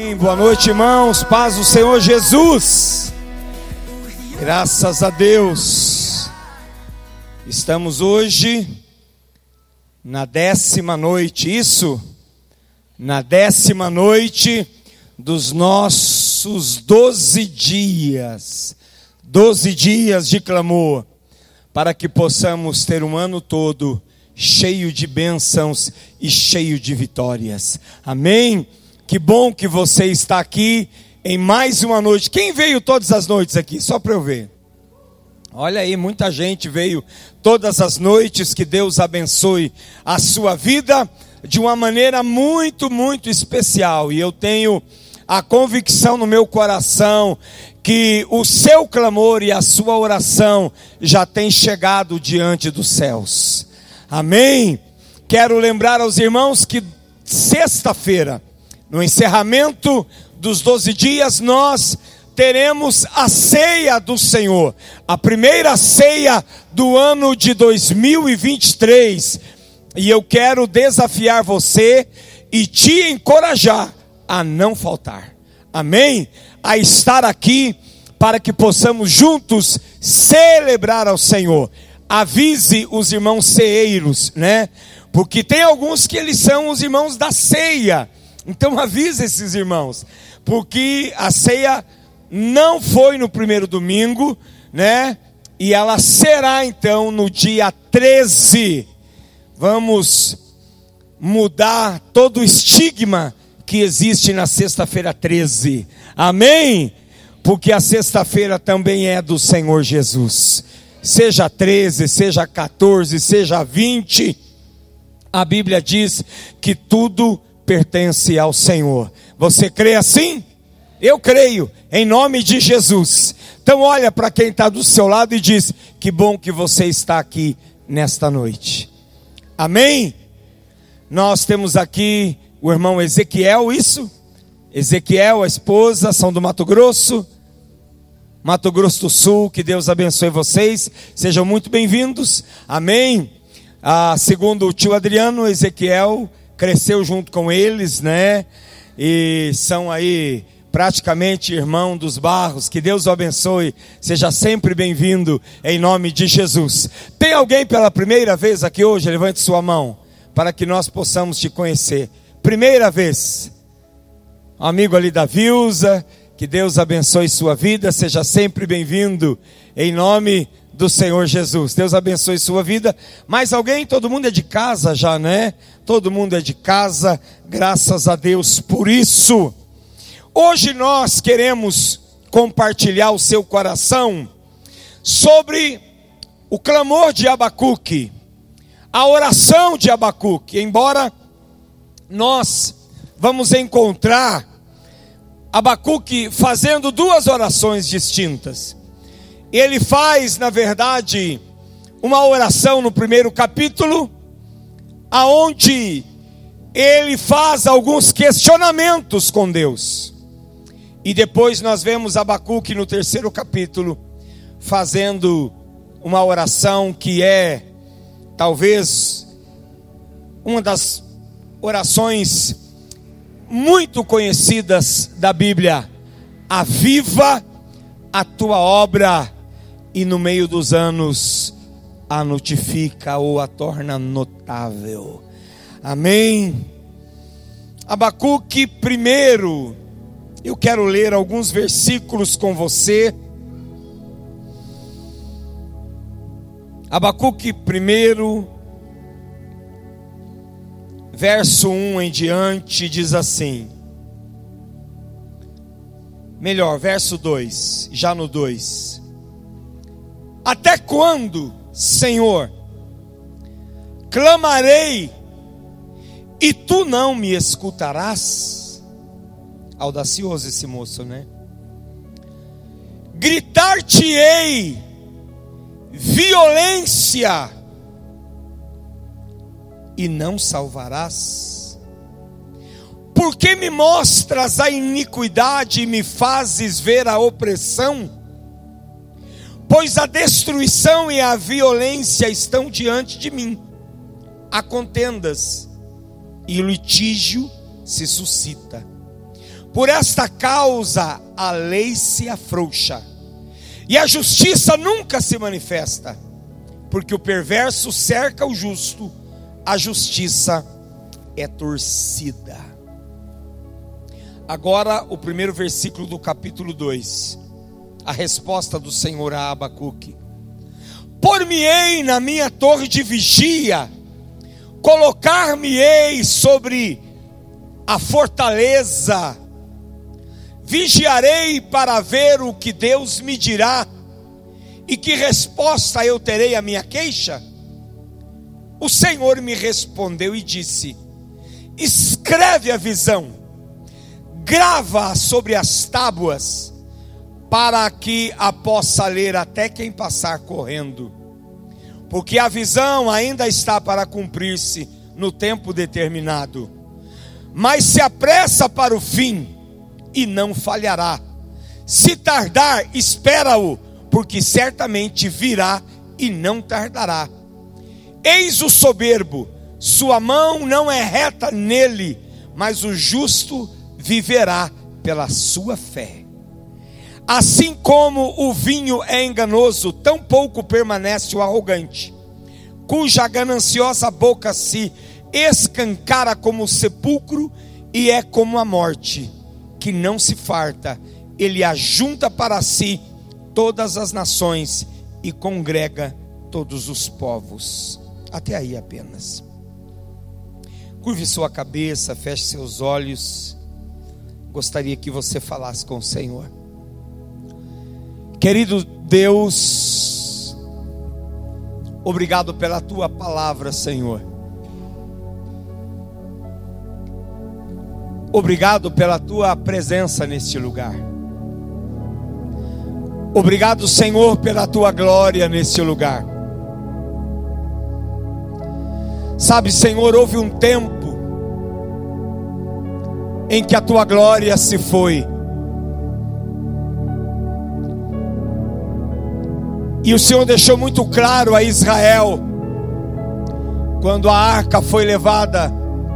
Boa noite, irmãos, paz do Senhor Jesus. Graças a Deus. Estamos hoje na 10ª noite, isso? Na 10ª noite dos nossos 12 dias. 12 dias de clamor, para que possamos ter um ano todo cheio de bênçãos e cheio de vitórias. Amém? Que bom que você está aqui em mais uma noite. Quem veio todas as noites aqui? Só para eu ver. Olha aí, muita gente veio todas as noites. Que Deus abençoe a sua vida de uma maneira muito, muito especial. E eu tenho a convicção no meu coração que o seu clamor e a sua oração já tem chegado diante dos céus. Amém? Quero lembrar aos irmãos que sexta-feira, no encerramento dos 12 dias, nós teremos a ceia do Senhor, a primeira ceia do ano de 2023, e eu quero desafiar você e te encorajar a não faltar, amém? A estar aqui para que possamos juntos celebrar ao Senhor. Avise os irmãos ceeiros, né? Porque tem alguns que eles são os irmãos da ceia. Então avise esses irmãos, porque a ceia não foi no primeiro domingo, né? E ela será então no dia 13. Vamos mudar todo o estigma que existe na sexta-feira 13. Amém? Porque a sexta-feira também é do Senhor Jesus. Seja 13, seja 14, seja 20, a Bíblia diz que tudo pertence ao Senhor. Você crê assim? Eu creio, em nome de Jesus. Então olha para quem está do seu lado e diz: que bom que você está aqui nesta noite. Amém? Nós temos aqui o irmão Ezequiel, isso? Ezequiel, a esposa, são do Mato Grosso do Sul. Que Deus abençoe vocês, sejam muito bem-vindos, amém? Segundo o tio Adriano, Ezequiel cresceu junto com eles, né? E são aí praticamente irmão dos Barros. Que Deus o abençoe, seja sempre bem-vindo em nome de Jesus. Tem alguém pela primeira vez aqui hoje? Levante sua mão, para que nós possamos te conhecer. Primeira vez, amigo ali da Vilza. Que Deus abençoe sua vida, seja sempre bem-vindo em nome do Senhor Jesus. Deus abençoe sua vida. Mais alguém? Todo mundo é de casa já, né? Todo mundo é de casa, graças a Deus por isso. Hoje nós queremos compartilhar o seu coração sobre o clamor de Abacuque, a oração de Abacuque. Embora nós vamos encontrar Abacuque fazendo duas orações distintas. Ele faz, na verdade, uma oração no primeiro capítulo, aonde ele faz alguns questionamentos com Deus. E depois nós vemos Abacuque no terceiro capítulo fazendo uma oração que é talvez uma das orações muito conhecidas da Bíblia: aviva a tua obra e no meio dos anos a notifica ou a torna notável. Amém? Abacuque primeiro, eu quero ler alguns versículos com você. Abacuque primeiro, verso 1 em diante, diz assim. Melhor, verso 2, já no 2. Até quando, Senhor, clamarei e tu não me escutarás? Audacioso esse moço, né? Gritar-te-ei violência e não salvarás? Por que me mostras a iniquidade e me fazes ver a opressão? Pois a destruição e a violência estão diante de mim. Há contendas e o litígio se suscita. Por esta causa a lei se afrouxa, e a justiça nunca se manifesta, porque o perverso cerca o justo, a justiça é torcida. Agora o primeiro versículo do capítulo 2, a resposta do Senhor a Abacuque: por-me-ei na minha torre de vigia, colocar-me-ei sobre a fortaleza, vigiarei para ver o que Deus me dirá, e que resposta eu terei à minha queixa? O Senhor me respondeu e disse: escreve a visão, grava sobre as tábuas, para que a possa ler até quem passar correndo, porque a visão ainda está para cumprir-se no tempo determinado, mas se apressa para o fim e não falhará. Se tardar, espera-o, porque certamente virá e não tardará. Eis o soberbo, sua mão não é reta nele, mas o justo viverá pela sua fé. Assim como o vinho é enganoso, tão pouco permanece o arrogante, cuja gananciosa boca se escancara como o sepulcro e é como a morte, que não se farta. Ele ajunta para si todas as nações e congrega todos os povos. Até aí apenas. Curve sua cabeça, feche seus olhos. Gostaria que você falasse com o Senhor. Querido Deus, obrigado pela tua palavra, Senhor. Obrigado pela tua presença neste lugar. Obrigado, Senhor, pela tua glória neste lugar. Sabe, Senhor, houve um tempo em que a tua glória se foi, e o Senhor deixou muito claro a Israel, quando a arca foi levada,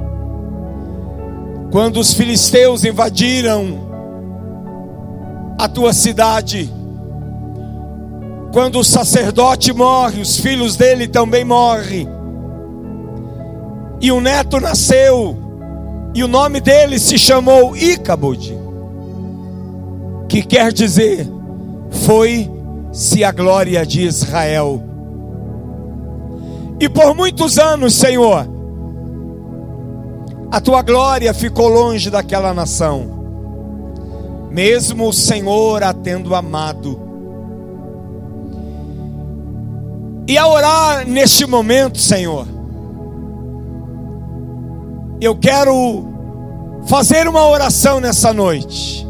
quando os filisteus invadiram a tua cidade, quando o sacerdote morre, os filhos dele também morrem, e um neto nasceu, e o nome dele se chamou Icabod, que quer dizer, foi-se a glória de Israel. E por muitos anos, Senhor, a tua glória ficou longe daquela nação, mesmo o Senhor a tendo amado. E a orar neste momento, Senhor, eu quero fazer uma oração nessa noite.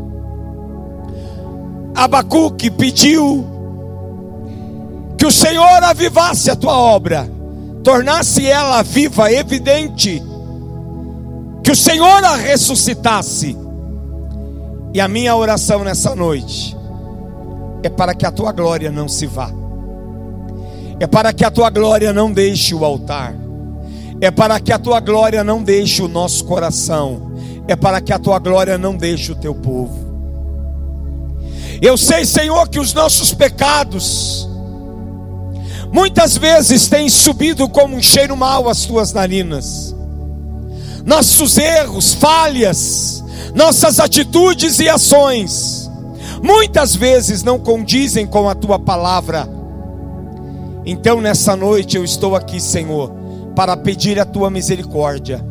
Abacuque pediu que o Senhor avivasse a tua obra, tornasse ela viva, evidente, que o Senhor a ressuscitasse. E a minha oração nessa noite é para que a tua glória não se vá, é para que a tua glória não deixe o altar, é para que a tua glória não deixe o nosso coração, é para que a tua glória não deixe o teu povo. Eu sei, Senhor, que os nossos pecados muitas vezes têm subido como um cheiro mau às tuas narinas. Nossos erros, falhas, nossas atitudes e ações muitas vezes não condizem com a tua palavra. Então nessa noite eu estou aqui, Senhor, para pedir a tua misericórdia.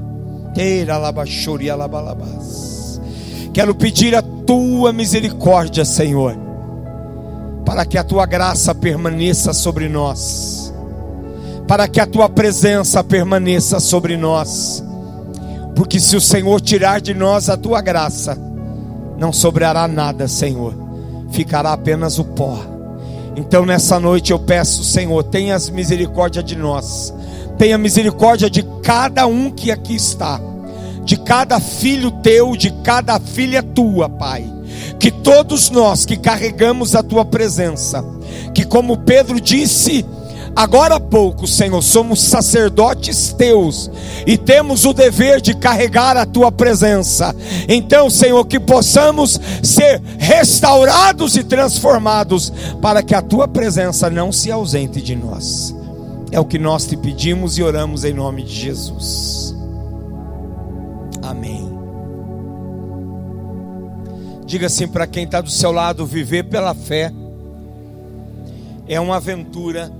Quero pedir a tua misericórdia, Senhor, para que a tua graça permaneça sobre nós, para que a tua presença permaneça sobre nós, porque se o Senhor tirar de nós a tua graça, não sobrará nada, Senhor, ficará apenas o pó. Então nessa noite eu peço, Senhor, tenha misericórdia de nós, tenha misericórdia de cada um que aqui está, de cada filho teu, de cada filha tua, Pai. Que todos nós que carregamos a tua presença, que como Pedro disse agora há pouco, Senhor, somos sacerdotes teus e temos o dever de carregar a tua presença. Então, Senhor, que possamos ser restaurados e transformados, para que a tua presença não se ausente de nós. É o que nós te pedimos e oramos em nome de Jesus. Amém. Diga assim para quem está do seu lado: viver pela fé é uma aventura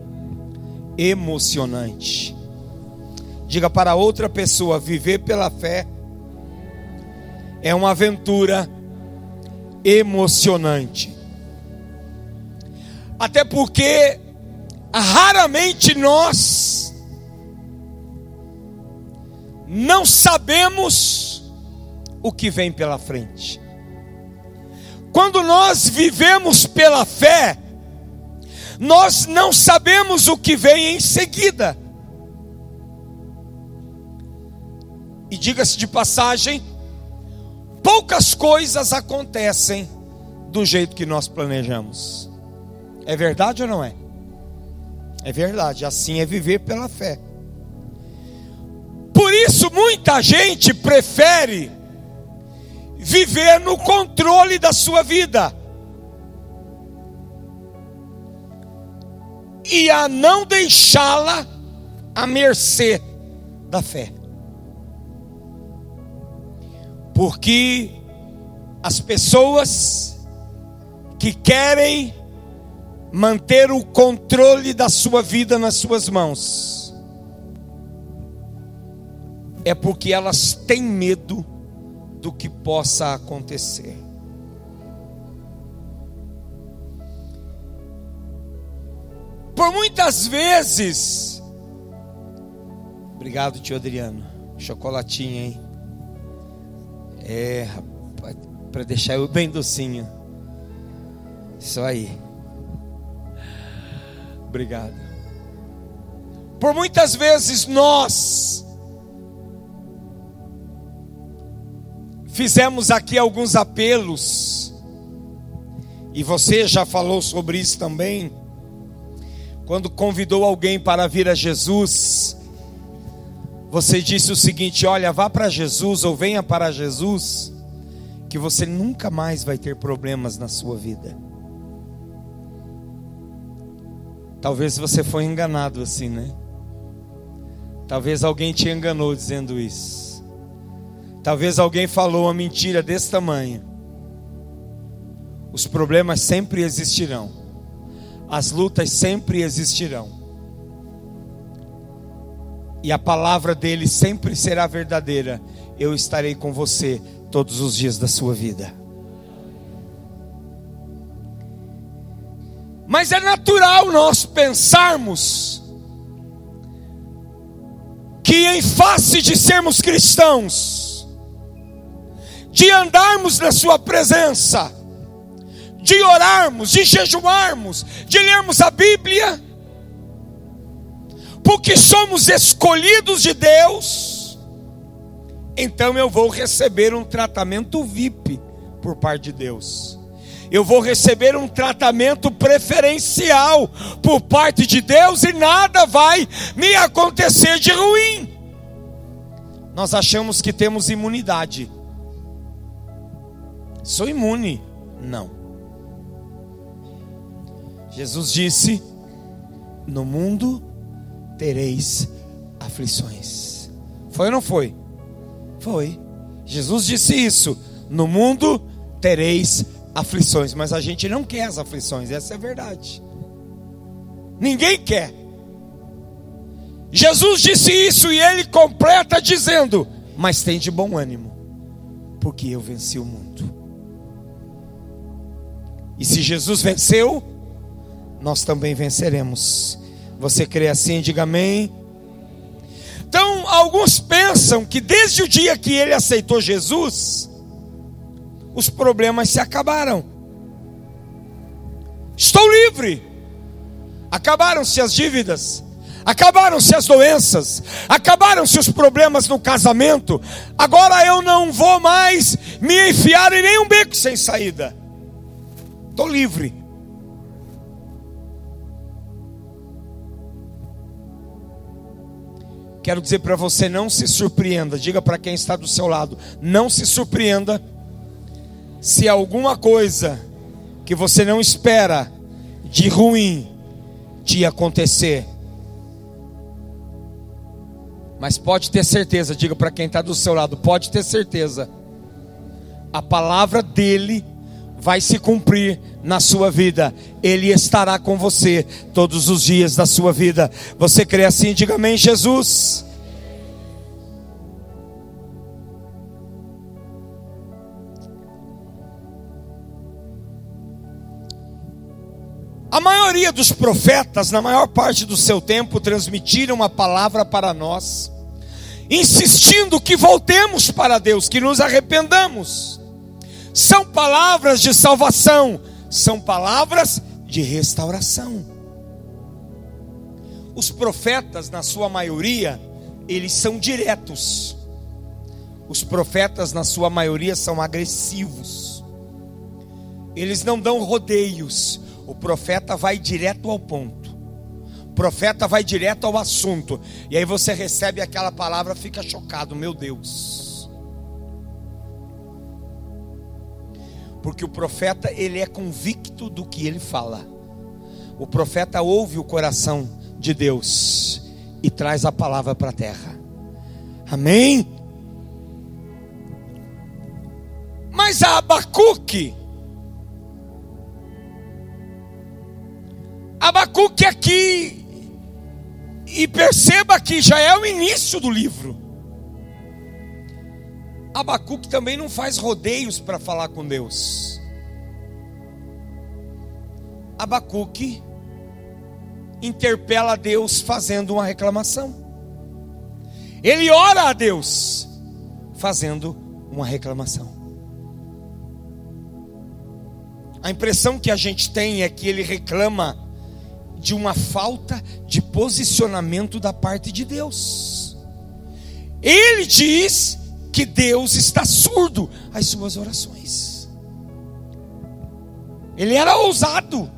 emocionante. Diga para outra pessoa: viver pela fé é uma aventura emocionante. Até porque raramente nós não sabemos o que vem pela frente. Quando nós vivemos pela fé, nós não sabemos o que vem em seguida. E diga-se de passagem, poucas coisas acontecem do jeito que nós planejamos. É verdade ou não é? É verdade, assim é viver pela fé. Por isso muita gente prefere viver no controle da sua vida e a não deixá-la à mercê da fé. Porque as pessoas que querem manter o controle da sua vida nas suas mãos, é porque elas têm medo do que possa acontecer. Por muitas vezes, obrigado, tio Adriano, chocolatinho, hein? É, rapaz, para deixar eu bem docinho. Isso aí. Obrigado. Por muitas vezes nós fizemos aqui alguns apelos, e você já falou sobre isso também, quando convidou alguém para vir a Jesus. Você disse o seguinte: olha, vá para Jesus ou venha para Jesus, que você nunca mais vai ter problemas na sua vida. Talvez você foi enganado assim, né? Talvez alguém te enganou dizendo isso. Talvez alguém falou uma mentira desse tamanho. Os problemas sempre existirão. As lutas sempre existirão. E a palavra dele sempre será verdadeira: eu estarei com você todos os dias da sua vida. Mas é natural nós pensarmos que, em face de sermos cristãos, de andarmos na sua presença, de orarmos, de jejuarmos, de lermos a Bíblia, porque somos escolhidos de Deus, então eu vou receber um tratamento VIP por parte de Deus. Eu vou receber um tratamento preferencial por parte de Deus e nada vai me acontecer de ruim. Nós achamos que temos imunidade. Sou imune? Não. Jesus disse: no mundo tereis aflições. Foi ou não foi? Foi. Jesus disse isso: no mundo tereis aflições. Mas a gente não quer as aflições, essa é a verdade. Ninguém quer. Jesus disse isso e ele completa dizendo: mas tem de bom ânimo, porque eu venci o mundo. E se Jesus venceu, nós também venceremos. Você crê assim? Diga amém. Então, alguns pensam que desde o dia que ele aceitou Jesus, os problemas se acabaram. Estou livre. Acabaram-se as dívidas, acabaram-se as doenças, acabaram-se os problemas no casamento. Agora eu não vou mais me enfiar em nenhum beco sem saída. Estou livre. Quero dizer para você, não se surpreenda. Diga para quem está do seu lado, não se surpreenda se alguma coisa que você não espera de ruim te acontecer. Mas pode ter certeza, diga para quem está do seu lado, pode ter certeza, a palavra dele vai se cumprir na sua vida. Ele estará com você todos os dias da sua vida. Você crê assim? Diga amém, Jesus. A maioria dos profetas, na maior parte do seu tempo, transmitiram uma palavra para nós, insistindo que voltemos para Deus, que nos arrependamos. São palavras de salvação, são palavras de restauração. Os profetas, na sua maioria, eles são diretos. Os profetas, na sua maioria, são agressivos. Eles não dão rodeios. O profeta vai direto ao ponto. O profeta vai direto ao assunto. E aí você recebe aquela palavra, fica chocado, meu Deus. Porque o profeta, ele é convicto do que ele fala. O profeta ouve o coração de Deus e traz a palavra para a terra. Amém? Mas a Abacuque aqui, e perceba que já é o início do livro. Abacuque também não faz rodeios para falar com Deus. Abacuque interpela a Deus fazendo uma reclamação. Ele ora a Deus fazendo uma reclamação. A impressão que a gente tem é que ele reclama de uma falta de posicionamento da parte de Deus. Ele diz que Deus está surdo às suas orações. Ele era ousado.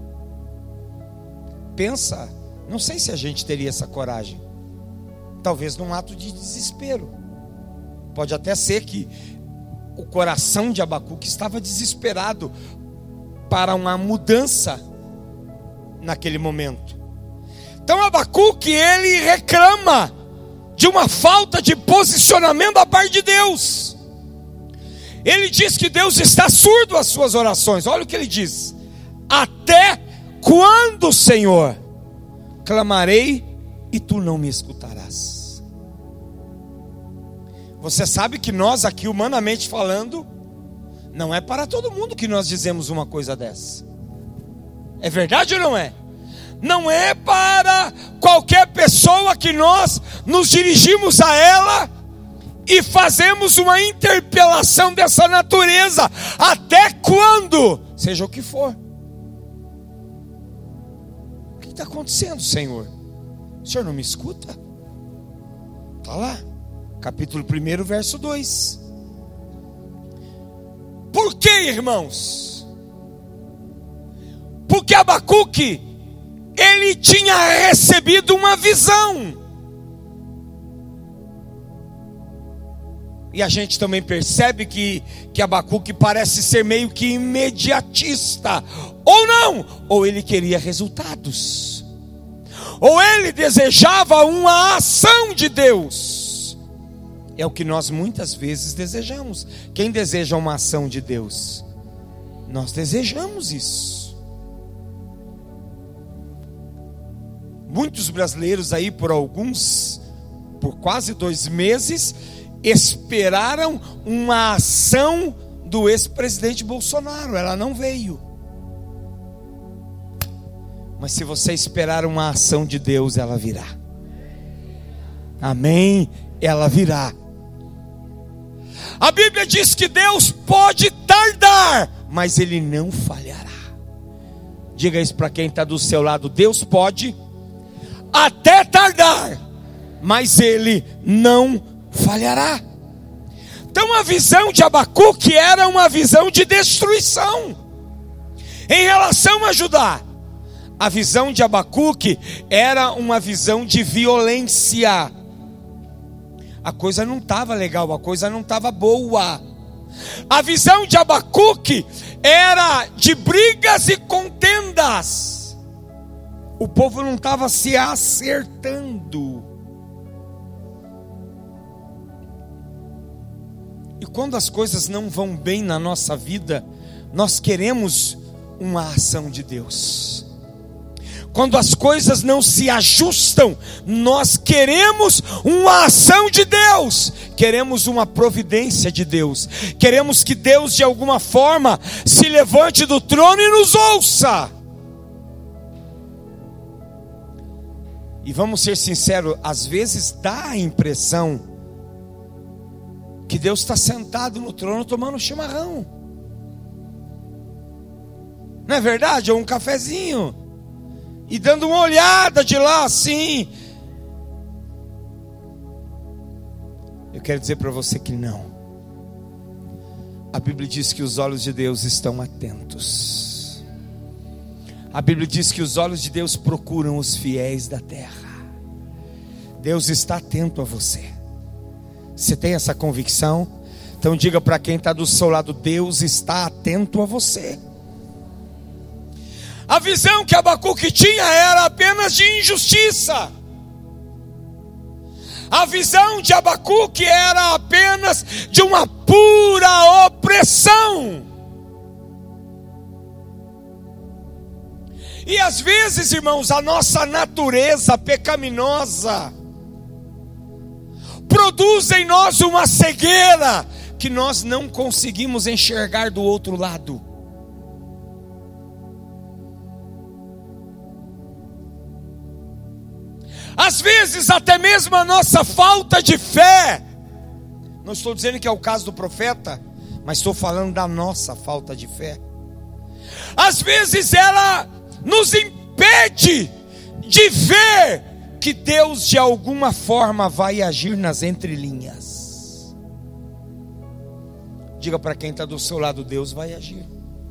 Pensa, não sei se a gente teria essa coragem. Talvez num ato de desespero. Pode até ser que o coração de Abacuque estava desesperado para uma mudança naquele momento. Então Abacuque, ele reclama de uma falta de posicionamento da parte de Deus. Ele diz que Deus está surdo às suas orações. Olha o que ele diz: até quando, Senhor, clamarei e tu não me escutarás? Você sabe que nós aqui, humanamente falando, não é para todo mundo que nós dizemos uma coisa dessa. É verdade ou não é? Não é para qualquer pessoa que nós nos dirigimos a ela e fazemos uma interpelação dessa natureza. Até quando? Seja o que for. O que está acontecendo, Senhor? O Senhor não me escuta? Está lá, capítulo 1, verso 2. Por que, irmãos? Porque Abacuque, ele tinha recebido uma visão. E a gente também percebe que Abacuque parece ser meio que imediatista. Ou não, ou ele queria resultados. Ou ele desejava uma ação de Deus. É o que nós muitas vezes desejamos. Quem deseja uma ação de Deus? Nós desejamos isso. Muitos brasileiros aí por quase 2 meses, esperaram uma ação do ex-presidente Bolsonaro. Ela não veio. Mas se você esperar uma ação de Deus, ela virá. Amém? Ela virá. A Bíblia diz que Deus pode tardar, mas Ele não falhará. Diga isso para quem está do seu lado. Deus pode até tardar, mas Ele não falhará. Então a visão de Abacuque era uma visão de destruição em relação a Judá. A visão de Abacuque era uma visão de violência a coisa não estava legal, a coisa não estava boa. A visão de Abacuque era de brigas e contendas. O povo não estava se acertando. E quando as coisas não vão bem na nossa vida, nós queremos uma ação de Deus. Quando as coisas não se ajustam, nós queremos uma ação de Deus, queremos uma providência de Deus, queremos que Deus de alguma forma se levante do trono e nos ouça. E vamos ser sinceros, às vezes dá a impressão que Deus está sentado no trono tomando chimarrão, não é verdade? Ou um cafezinho, e dando uma olhada de lá assim. Eu quero dizer para você que não. A Bíblia diz que os olhos de Deus estão atentos. A Bíblia diz que os olhos de Deus procuram os fiéis da terra. Deus está atento a você. Você tem essa convicção? Então diga para quem está do seu lado: Deus está atento a você. A visão que Abacuque tinha era apenas de injustiça. A visão de Abacuque era apenas de uma pura opressão. E às vezes, irmãos, a nossa natureza pecaminosa produz em nós uma cegueira que nós não conseguimos enxergar do outro lado. Às vezes até mesmo a nossa falta de fé, não estou dizendo que é o caso do profeta, mas estou falando da nossa falta de fé. Às vezes ela nos impede de ver que Deus de alguma forma vai agir nas entrelinhas. Diga para quem está do seu lado: Deus vai agir.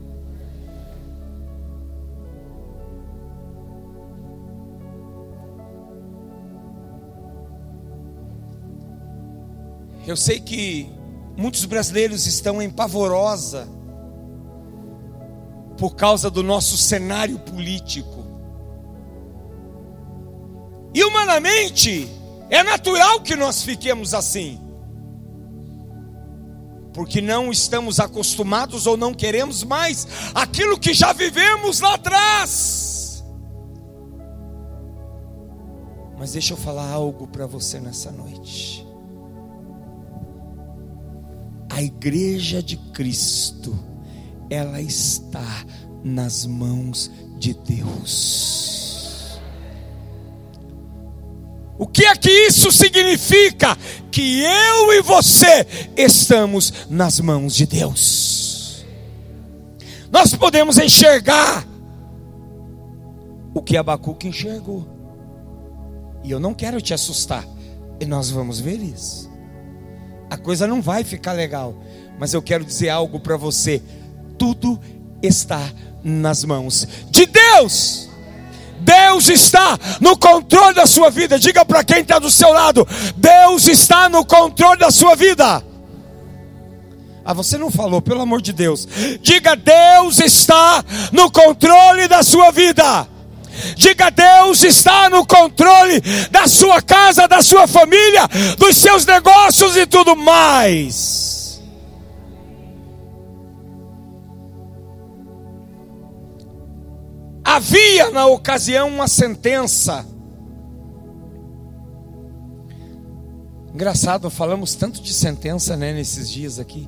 Eu sei que muitos brasileiros estão em pavorosa por causa do nosso cenário político. E humanamente é natural que nós fiquemos assim, porque não estamos acostumados ou não queremos mais aquilo que já vivemos lá atrás. Mas deixa eu falar algo para você nessa noite. A igreja de Cristo, ela está nas mãos de Deus. O que é que isso significa? Que eu e você estamos nas mãos de Deus. Nós podemos enxergar o que Abacuque enxergou. E eu não quero te assustar, e nós vamos ver isso. A coisa não vai ficar legal, mas eu quero dizer algo para você: tudo está nas mãos de Deus. Deus está no controle da sua vida. Diga para quem está do seu lado: Deus está no controle da sua vida. Ah, você não falou, pelo amor de Deus. Diga: Deus está no controle da sua vida. Diga: Deus está no controle da sua casa, da sua família, dos seus negócios e tudo mais. Havia na ocasião uma sentença. Engraçado, falamos tanto de sentença, né, nesses dias aqui.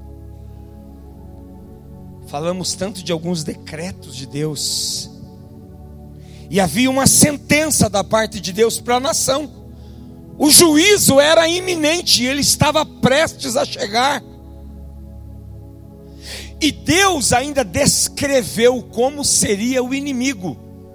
Falamos tanto de alguns decretos de Deus. E havia uma sentença da parte de Deus para a nação. O juízo era iminente, ele estava prestes a chegar. E Deus ainda descreveu como seria o inimigo.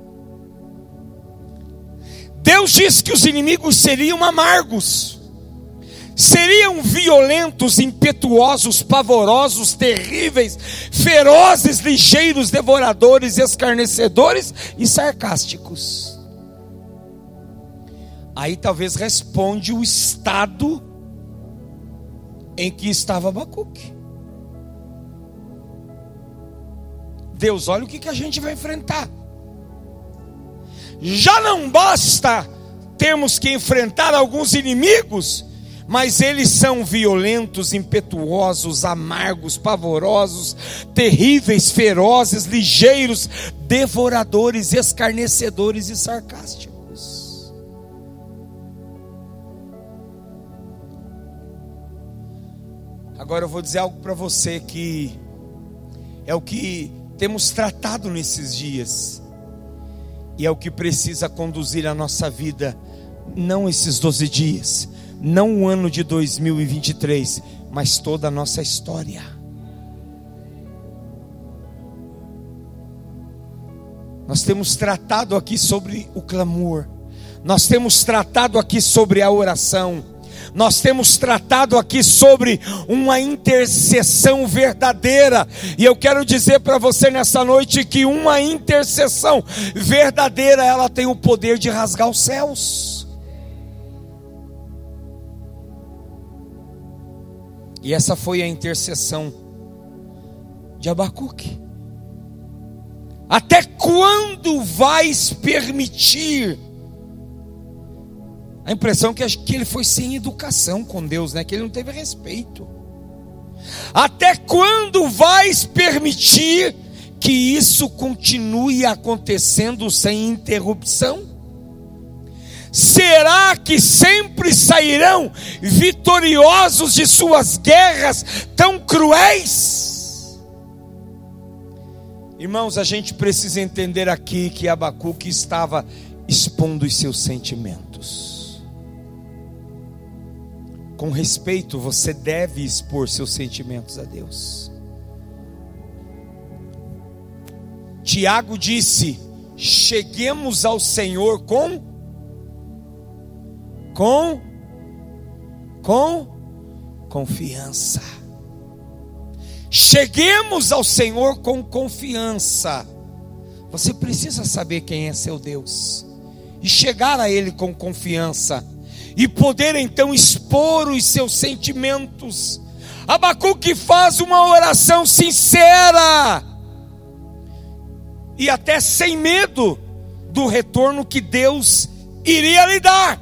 Deus disse que os inimigos seriam amargos, seriam violentos, impetuosos, pavorosos, terríveis, ferozes, ligeiros, devoradores, escarnecedores e sarcásticos. Aí talvez responde o estado em que estava Abacuque. Deus, olha o que a gente vai enfrentar. Já não basta termos que enfrentar alguns inimigos, mas eles são violentos, impetuosos, amargos, pavorosos, terríveis, ferozes, ligeiros, devoradores, escarnecedores e sarcásticos. Agora eu vou dizer algo para você que é o que temos tratado nesses dias, e é o que precisa conduzir a nossa vida, não esses 12 dias, não o ano de 2023, mas toda a nossa história. Nós temos tratado aqui sobre o clamor, nós temos tratado aqui sobre a oração, nós temos tratado aqui sobre uma intercessão verdadeira, e eu quero dizer para você nessa noite que uma intercessão verdadeira, ela tem o poder de rasgar os céus. E essa foi a intercessão de Abacuque. Até quando vais permitir? A impressão que ele foi sem educação com Deus, né? Que ele não teve respeito. Até quando vais permitir que isso continue acontecendo sem interrupção? Será que sempre sairão vitoriosos de suas guerras tão cruéis? Irmãos, a gente precisa entender aqui que Abacuque estava expondo os seus sentimentos. Com respeito, você deve expor seus sentimentos a Deus. Tiago disse: cheguemos ao Senhor com confiança. Cheguemos ao Senhor com confiança. Você precisa saber quem é seu Deus e chegar a Ele com confiança, e poder então expor os seus sentimentos. Abacuque faz uma oração sincera, e até sem medo do retorno que Deus iria lhe dar.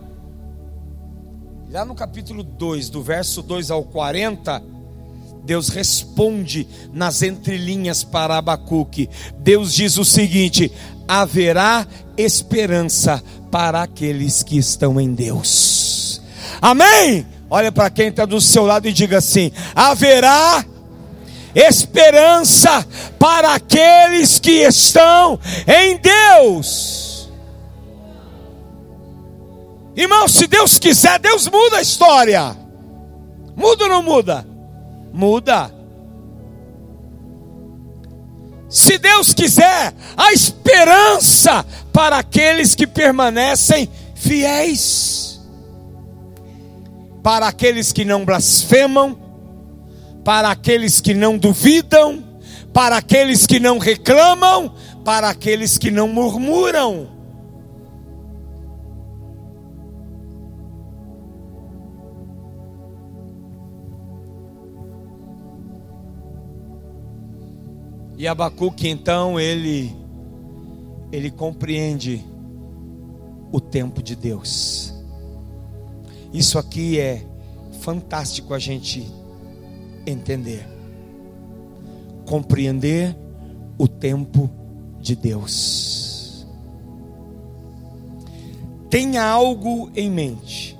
Lá no capítulo 2, do verso 2 ao 40, Deus responde nas entrelinhas para Abacuque. Deus diz o seguinte: haverá esperança para aqueles que estão em Deus. Amém? Olha para quem está do seu lado e diga assim: haverá esperança para aqueles que estão em Deus. Irmão, se Deus quiser, Deus muda a história. Muda ou não muda? Muda. Se Deus quiser, há esperança para aqueles que permanecem fiéis, para aqueles que não blasfemam, para aqueles que não duvidam, para aqueles que não reclamam, para aqueles que não murmuram. E Abacuque então ele compreende o tempo de Deus. Isso aqui é fantástico a gente entender. Compreender o tempo de Deus. Tenha algo em mente.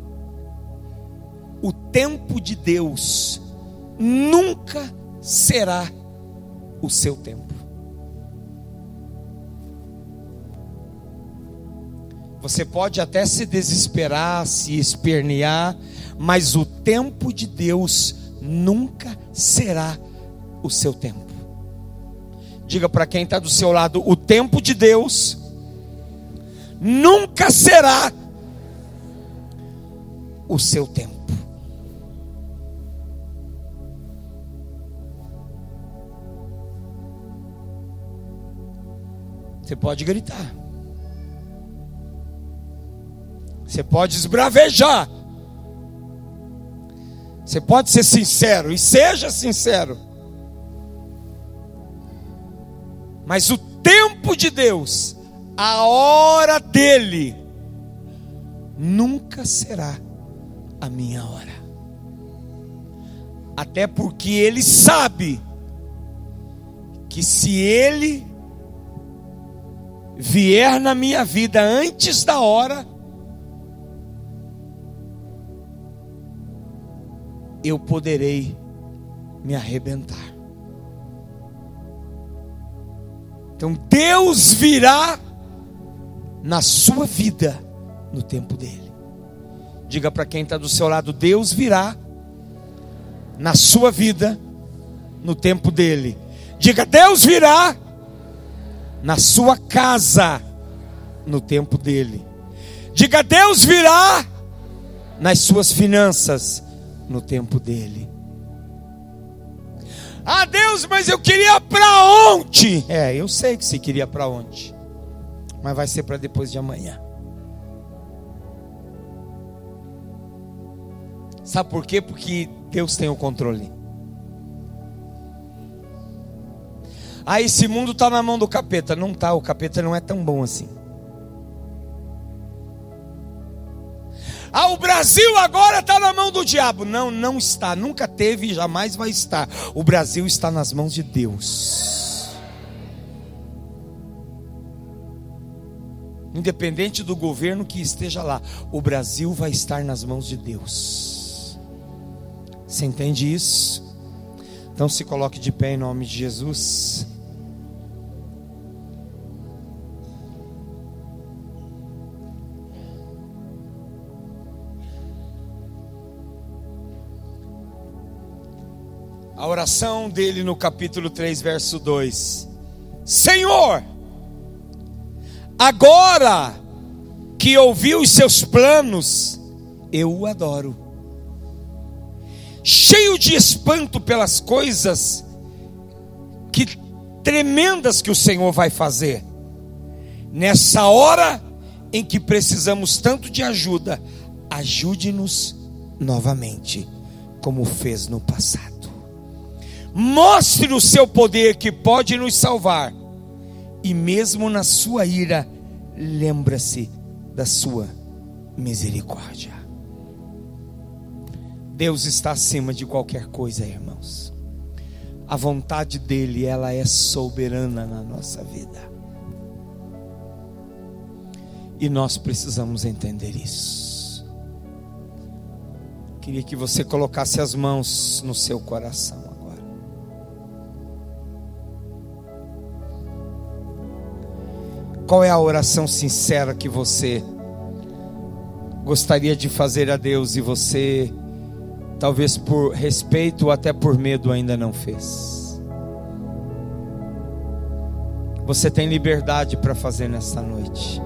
O tempo de Deus nunca será o seu tempo. Você pode até se desesperar, se espernear, mas o tempo de Deus nunca será o seu tempo. Diga para quem está do seu lado: o tempo de Deus nunca será o seu tempo. Você pode gritar, você pode esbravejar, Você pode ser sincero, e seja sincero. Mas o tempo de Deus, a hora dele, nunca será a minha hora. Até porque ele sabe que se ele vier na minha vida antes da hora, eu poderei me arrebentar. Então Deus virá na sua vida no tempo dele. Diga para quem está do seu lado: Deus virá na sua vida no tempo dele. Diga: Deus virá na sua casa no tempo dele. Diga: Deus virá nas suas finanças no tempo dele. Ah, Deus, mas eu queria para ontem. Eu sei que você queria para ontem, mas vai ser para depois de amanhã. Sabe por quê? Porque Deus tem o controle. Ah, esse mundo está na mão do capeta. Não está, o capeta não é tão bom assim. Ah, o Brasil agora está na mão do diabo. Não, não está, nunca teve e jamais vai estar. O Brasil está nas mãos de Deus. Independente do governo que esteja lá, o Brasil vai estar nas mãos de Deus. Você entende isso? Então se coloque de pé em nome de Jesus. A oração dele no capítulo 3, verso 2. Senhor, agora que ouvi os seus planos, eu o adoro. Cheio de espanto pelas coisas tremendas que o Senhor vai fazer. Nessa hora em que precisamos tanto de ajuda, ajude-nos novamente, como fez no passado. Mostre o seu poder que pode nos salvar, e mesmo na sua ira, lembra-se da sua misericórdia. Deus está acima de qualquer coisa, irmãos. A vontade dele, ela é soberana na nossa vida. E nós precisamos entender isso. Queria que você colocasse as mãos no seu coração agora. Qual é a oração sincera que você gostaria de fazer a Deus e você, talvez por respeito ou até por medo, ainda não fez? Você tem liberdade para fazer nesta noite.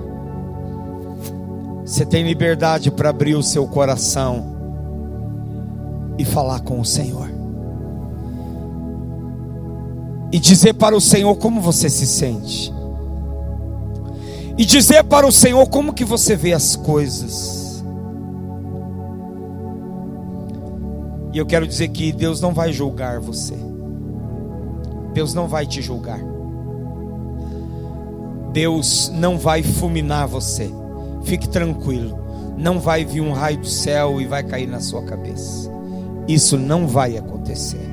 Você tem liberdade para abrir o seu coração e falar com o Senhor. E dizer para o Senhor como você se sente. E dizer para o Senhor como que você vê as coisas. E eu quero dizer que Deus não vai julgar você. Deus não vai te julgar. Deus não vai fulminar você. Fique tranquilo. Não vai vir um raio do céu e vai cair na sua cabeça. Isso não vai acontecer.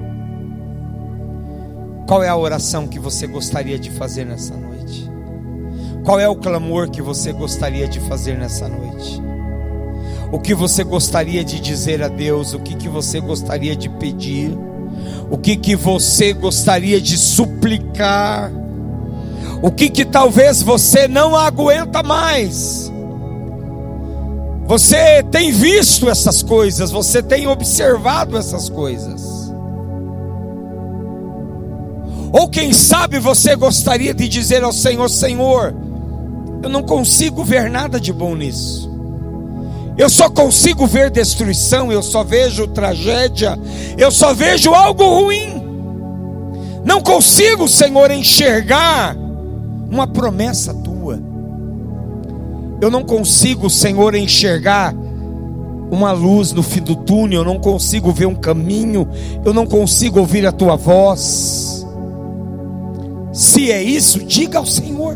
Qual é a oração que você gostaria de fazer nessa noite? Qual é o clamor que você gostaria de fazer nessa noite? O que você gostaria de dizer a Deus? O que você gostaria de pedir? O que você gostaria de suplicar? O que talvez você não aguenta mais? Você tem visto essas coisas, você tem observado essas coisas. Ou quem sabe você gostaria de dizer ao Senhor: Senhor, eu não consigo ver nada de bom nisso. Eu só consigo ver destruição, eu só vejo tragédia, eu só vejo algo ruim. Não consigo, Senhor, enxergar uma promessa tua. Eu não consigo, Senhor, enxergar uma luz no fim do túnel, eu não consigo ver um caminho, eu não consigo ouvir a tua voz. Se é isso, diga ao Senhor.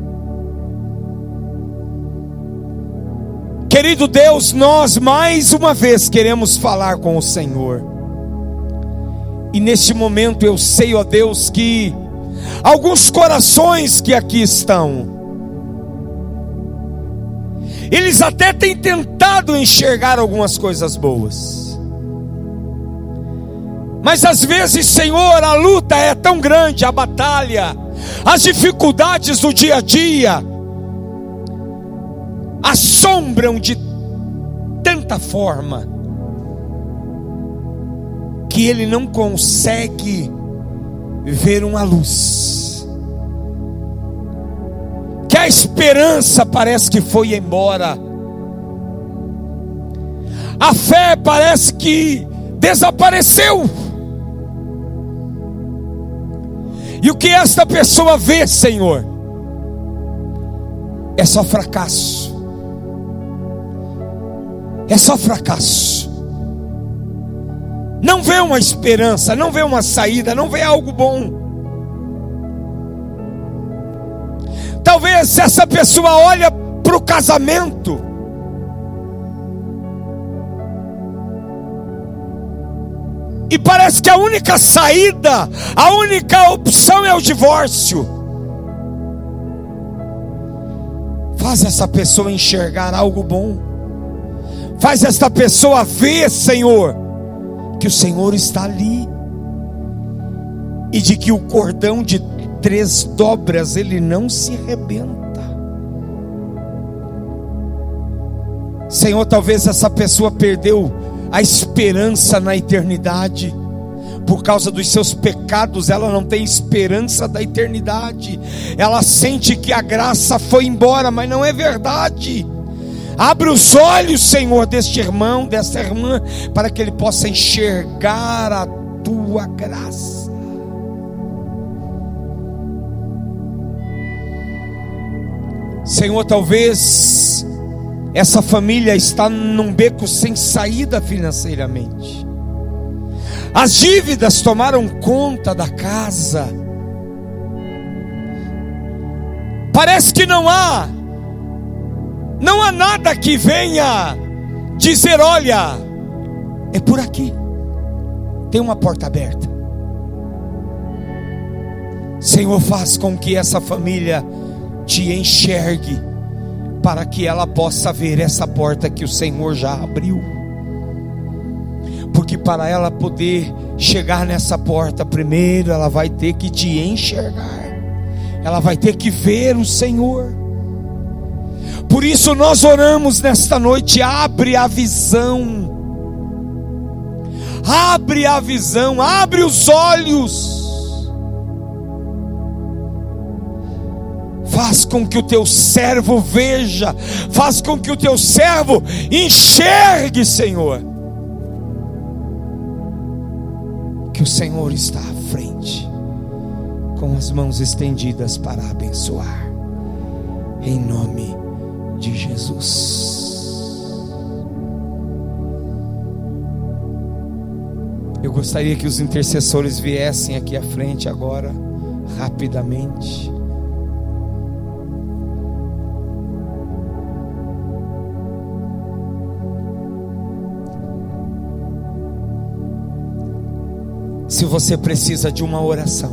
Querido Deus, nós mais uma vez queremos falar com o Senhor. E neste momento eu sei, ó Deus, que alguns corações que aqui estão, eles até têm tentado enxergar algumas coisas boas, mas às vezes, Senhor, a luta é tão grande, a batalha, as dificuldades do dia a dia assombram de tanta forma que ele não consegue ver uma luz, que a esperança parece que foi embora, a fé parece que desapareceu. E o que esta pessoa vê, Senhor, é só fracasso. É só fracasso. Não vê uma esperança, não vê uma saída, não vê algo bom. Talvez essa pessoa olha para o casamento e parece que a única saída, a única opção é o divórcio. Faz essa pessoa enxergar algo bom. Faz esta pessoa ver, Senhor, que o Senhor está ali, e de que o cordão de 3 dobras ele não se rebenta. Senhor, talvez essa pessoa perdeu a esperança na eternidade. Por causa dos seus pecados, ela não tem esperança da eternidade. Ela sente que a graça foi embora, mas não é verdade. Abre os olhos, Senhor, deste irmão, desta irmã, para que ele possa enxergar a tua graça. Senhor, talvez essa família está num beco sem saída financeiramente. As dívidas tomaram conta da casa. Parece que não há nada que venha dizer: olha, é por aqui, tem uma porta aberta. Senhor, faz com que essa família te enxergue, para que ela possa ver essa porta que o Senhor já abriu. Porque para ela poder chegar nessa porta, primeiro ela vai ter que te enxergar, ela vai ter que ver o Senhor. Por isso nós oramos nesta noite: abre a visão, abre a visão, abre os olhos. Faz com que o teu servo veja, faz com que o teu servo enxergue, Senhor, que o Senhor está à frente, com as mãos estendidas para abençoar, em nome de Jesus. Eu gostaria que os intercessores viessem aqui à frente agora, rapidamente. Se você precisa de uma oração,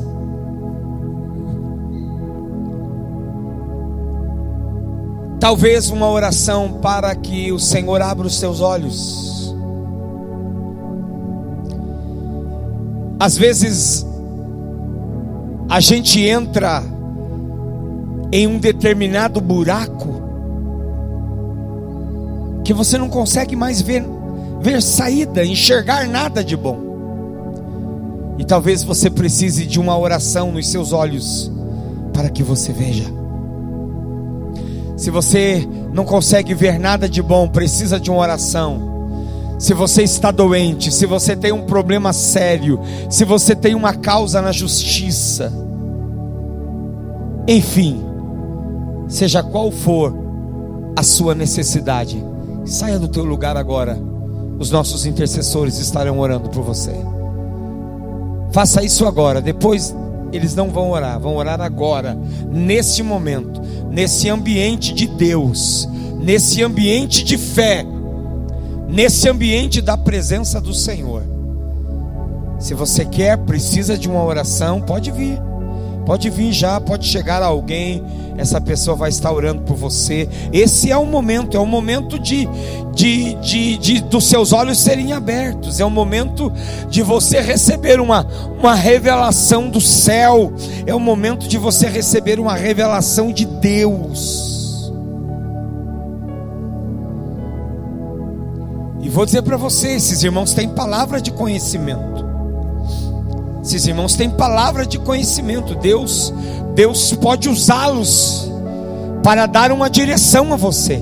talvez uma oração para que o Senhor abra os seus olhos. Às vezes a gente entra em um determinado buraco que você não consegue mais ver saída, enxergar nada de bom. E talvez você precise de uma oração nos seus olhos, para que você veja. Se você não consegue ver nada de bom, precisa de uma oração. Se você está doente, se você tem um problema sério, se você tem uma causa na justiça, enfim, seja qual for a sua necessidade, saia do teu lugar agora os nossos intercessores estarão orando por você. Faça isso agora, depois eles não vão orar agora, nesse momento, nesse ambiente de Deus, nesse ambiente de fé, nesse ambiente da presença do Senhor. Se você precisa de uma oração, pode vir já, pode chegar alguém, essa pessoa vai estar orando por você. Esse é o momento de dos seus olhos serem abertos, é o momento de você receber uma revelação do céu, é o momento de você receber uma revelação de Deus. E vou dizer para você, esses irmãos têm palavra de conhecimento. Esses irmãos têm palavra de conhecimento. Deus pode usá-los para dar uma direção a você.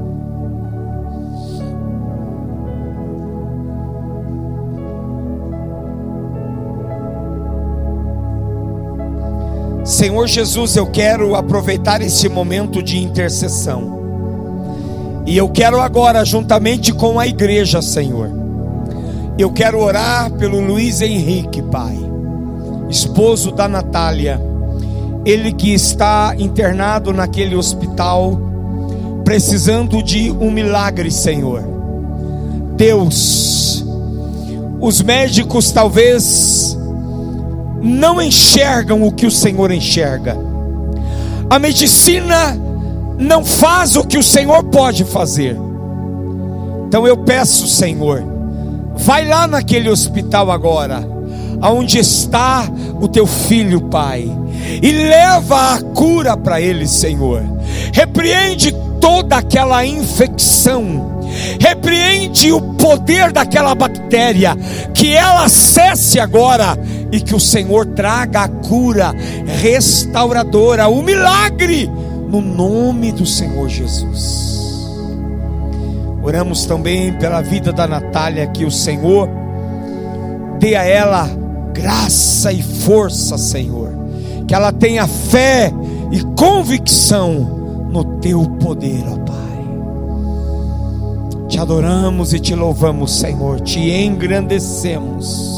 Senhor Jesus, eu quero aproveitar esse momento de intercessão. E eu quero agora, juntamente com a igreja, Senhor, eu quero orar pelo Luiz Henrique, Pai, esposo da Natália, ele que está internado naquele hospital, precisando de um milagre, Senhor. Deus, os médicos talvez não enxergam o que o Senhor enxerga, a medicina não faz o que o Senhor pode fazer. Então eu peço, Senhor, vai lá naquele hospital agora, aonde está o teu filho, Pai, e leva a cura para ele, Senhor. Repreende toda aquela infecção, repreende o poder daquela bactéria, que ela cesse agora, e que o Senhor traga a cura restauradora, o milagre, no nome do Senhor Jesus. Oramos também pela vida da Natália, que o Senhor dê a ela graça e força, Senhor, que ela tenha fé e convicção no teu poder, ó Pai. Te adoramos e te louvamos, Senhor, te engrandecemos.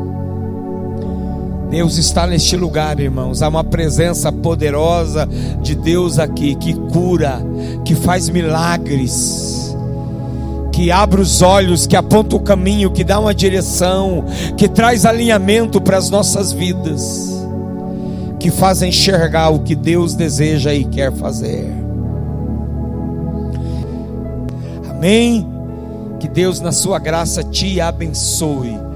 Deus está neste lugar, irmãos. Há uma presença poderosa de Deus aqui, que cura, que faz milagres, que abre os olhos, que aponta o caminho, que dá uma direção, que traz alinhamento para as nossas vidas, que faz enxergar o que Deus deseja e quer fazer. Amém? Que Deus na sua graça te abençoe.